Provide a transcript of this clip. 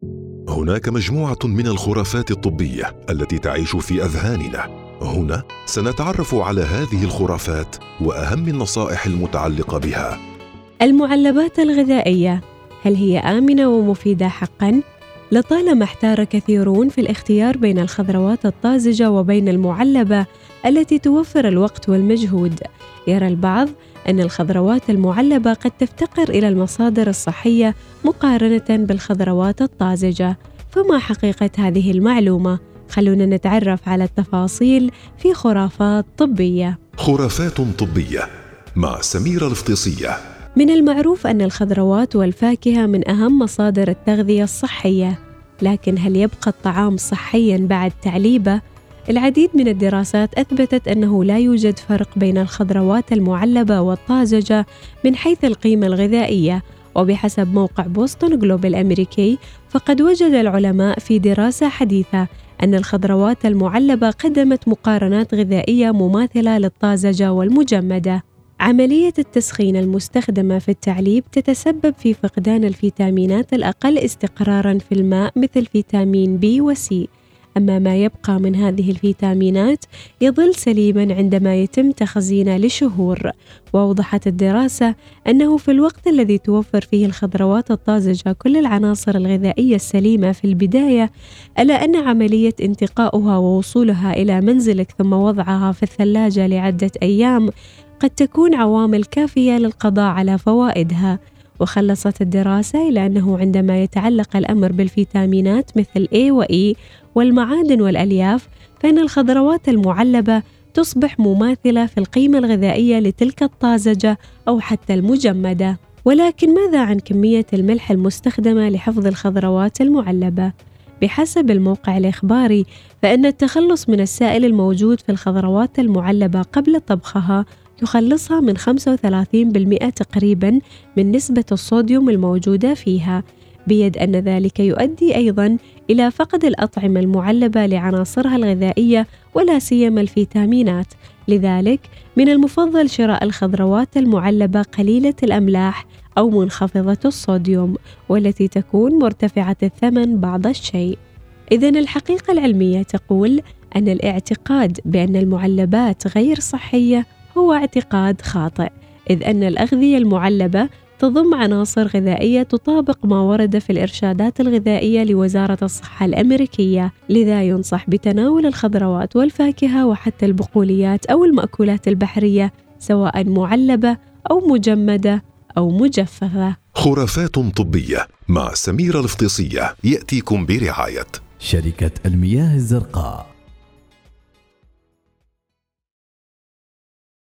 هناك مجموعة من الخرافات الطبية التي تعيش في أذهاننا. هنا سنتعرف على هذه الخرافات وأهم النصائح المتعلقة بها. المعلبات الغذائية، هل هي آمنة ومفيدة حقاً؟ لطالما احتار كثيرون في الاختيار بين الخضروات الطازجة وبين المعلبة التي توفر الوقت والمجهود. يرى البعض أن الخضروات المعلبة قد تفتقر إلى المصادر الصحية مقارنة بالخضروات الطازجة. فما حقيقة هذه المعلومة؟ خلونا نتعرف على التفاصيل في خرافات طبية. خرافات طبية مع سميرة الفطيسية. من المعروف أن الخضروات والفاكهة من أهم مصادر التغذية الصحية، لكن هل يبقى الطعام صحياً بعد تعليبه؟ العديد من الدراسات أثبتت أنه لا يوجد فرق بين الخضروات المعلبة والطازجة من حيث القيمة الغذائية. وبحسب موقع بوسطن جلوب الأمريكي، فقد وجد العلماء في دراسة حديثة أن الخضروات المعلبة قدمت مقارنات غذائية مماثلة للطازجة والمجمدة. عملية التسخين المستخدمة في التعليب تتسبب في فقدان الفيتامينات الأقل استقراراً في الماء مثل فيتامين B و C، أما ما يبقى من هذه الفيتامينات يظل سليماً عندما يتم تخزينه لشهور. وأوضحت الدراسة أنه في الوقت الذي توفر فيه الخضروات الطازجة كل العناصر الغذائية السليمة في البداية، ألا أن عملية انتقاؤها ووصولها إلى منزلك ثم وضعها في الثلاجة لعدة أيام قد تكون عوامل كافية للقضاء على فوائدها. وخلصت الدراسة إلى أنه عندما يتعلق الأمر بالفيتامينات مثل A و E والمعادن والألياف، فإن الخضروات المعلبة تصبح مماثلة في القيمة الغذائية لتلك الطازجة أو حتى المجمدة. ولكن ماذا عن كمية الملح المستخدمة لحفظ الخضروات المعلبة؟ بحسب الموقع الإخباري، فإن التخلص من السائل الموجود في الخضروات المعلبة قبل طبخها يخلصها من 35% تقريباً من نسبة الصوديوم الموجودة فيها، بيد أن ذلك يؤدي أيضاً إلى فقد الأطعمة المعلبة لعناصرها الغذائية ولا سيما الفيتامينات. لذلك من المفضل شراء الخضروات المعلبة قليلة الأملاح أو منخفضة الصوديوم، والتي تكون مرتفعة الثمن بعض الشيء. إذن الحقيقة العلمية تقول أن الاعتقاد بأن المعلبات غير صحية هو اعتقاد خاطئ، إذ أن الأغذية المعلبة تضم عناصر غذائية تطابق ما ورد في الإرشادات الغذائية لوزارة الصحة الأمريكية. لذا ينصح بتناول الخضروات والفاكهة وحتى البقوليات أو المأكولات البحرية سواء معلبة أو مجمدة أو مجففة. خرافات طبية مع سميرة الفطيسية يأتيكم برعاية شركة المياه الزرقاء.